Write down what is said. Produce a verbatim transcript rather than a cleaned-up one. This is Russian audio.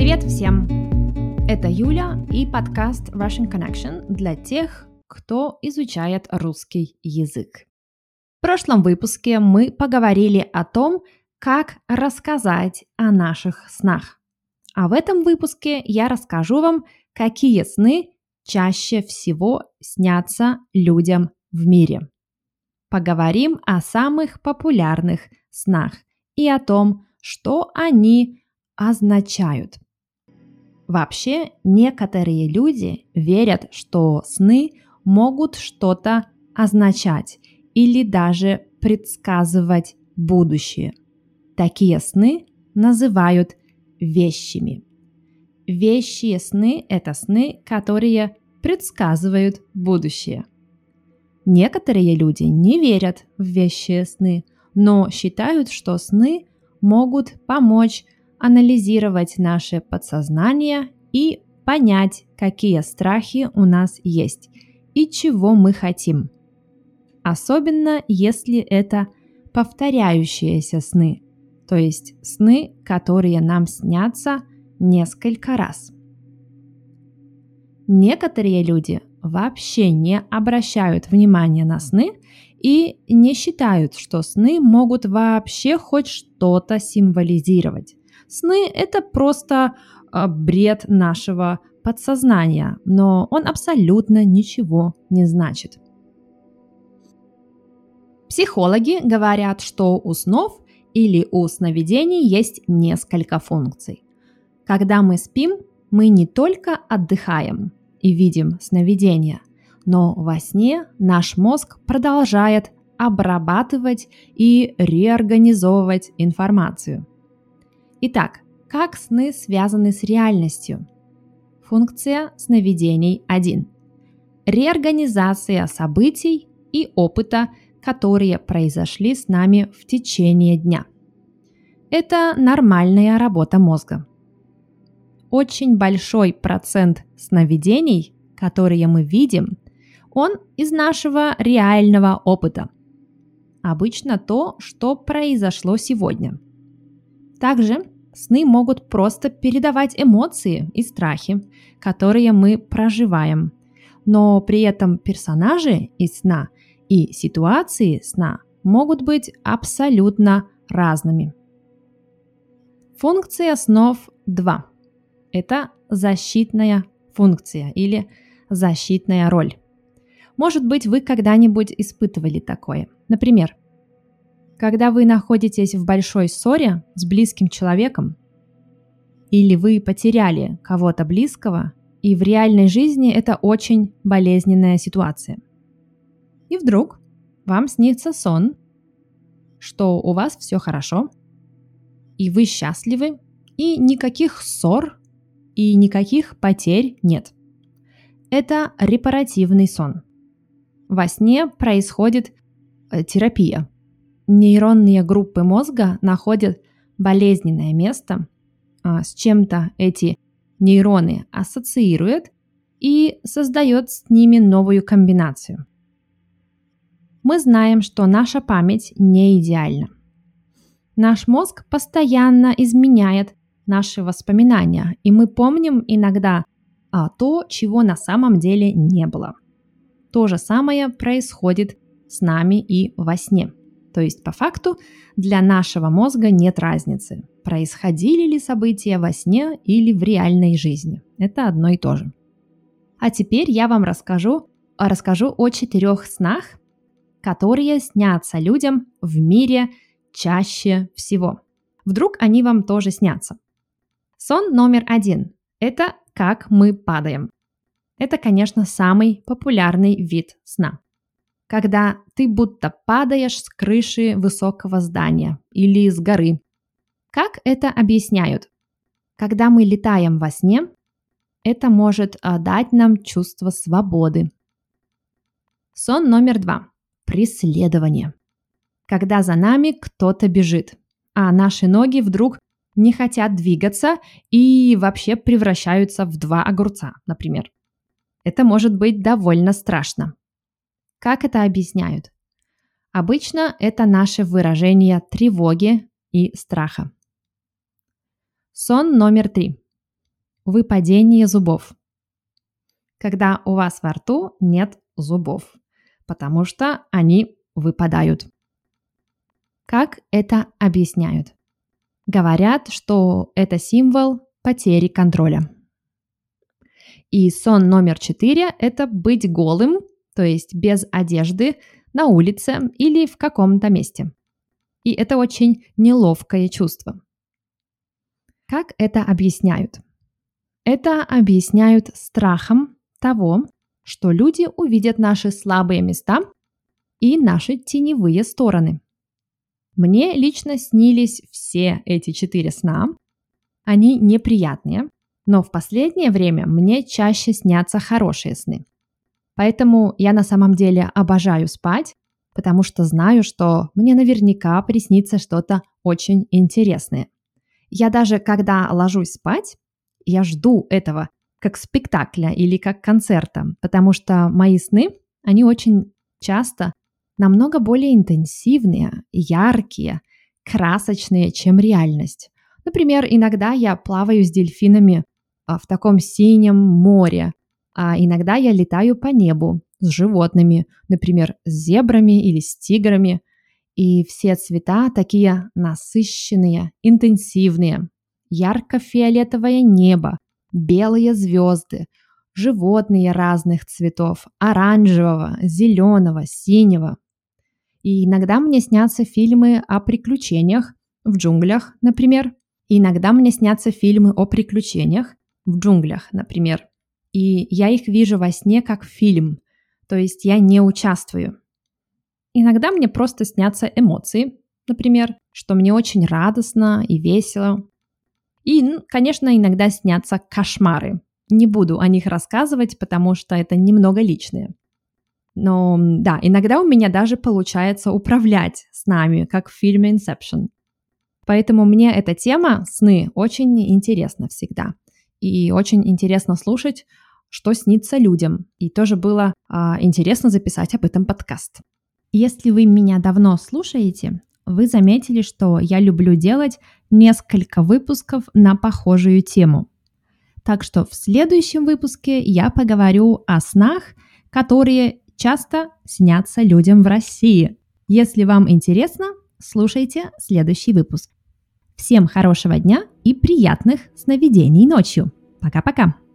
Привет всем! Это Юля и подкаст Russian Connection для тех, кто изучает русский язык. В прошлом выпуске мы поговорили о том, как рассказать о наших снах. А в этом выпуске я расскажу вам, какие сны чаще всего снятся людям в мире. Поговорим о самых популярных снах и о том, что они означают. Вообще, некоторые люди верят, что сны могут что-то означать или даже предсказывать будущее. Такие сны называют вещими. Вещие сны – это сны, которые предсказывают будущее. Некоторые люди не верят в вещие сны, но считают, что сны могут помочь анализировать наше подсознание и понять, какие страхи у нас есть и чего мы хотим. Особенно если это повторяющиеся сны, то есть сны, которые нам снятся несколько раз. Некоторые люди вообще не обращают внимания на сны и не считают, что сны могут вообще хоть что-то символизировать. Сны – это просто э, бред нашего подсознания, но он абсолютно ничего не значит. Психологи говорят, что у снов или у сновидений есть несколько функций. Когда мы спим, мы не только отдыхаем и видим сновидения, но во сне наш мозг продолжает обрабатывать и реорганизовывать информацию. Итак, как сны связаны с реальностью? Функция сновидений один. Реорганизация событий и опыта, которые произошли с нами в течение дня. Это нормальная работа мозга. Очень большой процент сновидений, которые мы видим, он из нашего реального опыта. Обычно то, что произошло сегодня. Также сны могут просто передавать эмоции и страхи, которые мы проживаем, но при этом персонажи из сна и ситуации сна могут быть абсолютно разными. Функция снов два. Это защитная функция или защитная роль. Может быть, вы когда-нибудь испытывали такое. Например, когда вы находитесь в большой ссоре с близким человеком, или вы потеряли кого-то близкого, и в реальной жизни это очень болезненная ситуация. И вдруг вам снится сон, что у вас все хорошо, и вы счастливы, и никаких ссор, и никаких потерь нет. Это репаративный сон. Во сне происходит э, терапия. Нейронные группы мозга находят болезненное место, а, с чем-то эти нейроны ассоциируют и создает с ними новую комбинацию. Мы знаем, что наша память не идеальна. Наш мозг постоянно изменяет наши воспоминания, и мы помним иногда а, то, чего на самом деле не было. То же самое происходит с нами и во сне. То есть, по факту, для нашего мозга нет разницы, происходили ли события во сне или в реальной жизни. Это одно и то же. А теперь я вам расскажу, расскажу о четырех снах, которые снятся людям в мире чаще всего. Вдруг они вам тоже снятся. Сон номер один – это как мы падаем. Это, конечно, самый популярный вид сна. Когда ты будто падаешь с крыши высокого здания или с горы. Как это объясняют? Когда мы летаем во сне, это может дать нам чувство свободы. Сон номер два. Преследование. Когда за нами кто-то бежит, а наши ноги вдруг не хотят двигаться и вообще превращаются в два огурца, например. Это может быть довольно страшно. Как это объясняют? Обычно это наше выражение тревоги и страха. Сон номер три. выпадение зубов. Когда у вас во рту нет зубов, потому что они выпадают. Как это объясняют? Говорят, что это символ потери контроля. И сон номер четыре – это быть голым, то есть без одежды, на улице или в каком-то месте. И это очень неловкое чувство. Как это объясняют? Это объясняют страхом того, что люди увидят наши слабые места и наши теневые стороны. Мне лично снились все эти четыре сна. Они неприятные, но в последнее время мне чаще снятся хорошие сны. Поэтому я на самом деле обожаю спать, потому что знаю, что мне наверняка приснится что-то очень интересное. Я даже, когда ложусь спать, я жду этого как спектакля или как концерта, потому что мои сны, они очень часто намного более интенсивные, яркие, красочные, чем реальность. Например, иногда я плаваю с дельфинами в таком синем море, а иногда я летаю по небу с животными, например, с зебрами или с тиграми. И все цвета такие насыщенные, интенсивные. Ярко-фиолетовое небо, белые звезды, животные разных цветов, оранжевого, зеленого, синего. И иногда мне снятся фильмы о приключениях в джунглях, например. И иногда мне снятся фильмы о приключениях в джунглях, например. И я их вижу во сне как фильм, то есть я не участвую. Иногда мне просто снятся эмоции, например, что мне очень радостно и весело. И, конечно, иногда снятся кошмары. Не буду о них рассказывать, потому что это немного личное. Но да, иногда у меня даже получается управлять снами, как в фильме Inception. Поэтому мне эта тема сны очень интересна всегда. И очень интересно слушать, что снится людям. И тоже было а, интересно записать об этом подкаст. Если вы меня давно слушаете, вы заметили, что я люблю делать несколько выпусков на похожую тему. Так что в следующем выпуске я поговорю о снах, которые часто снятся людям в России. Если вам интересно, слушайте следующий выпуск. Всем хорошего дня и приятных сновидений ночью. Пока-пока!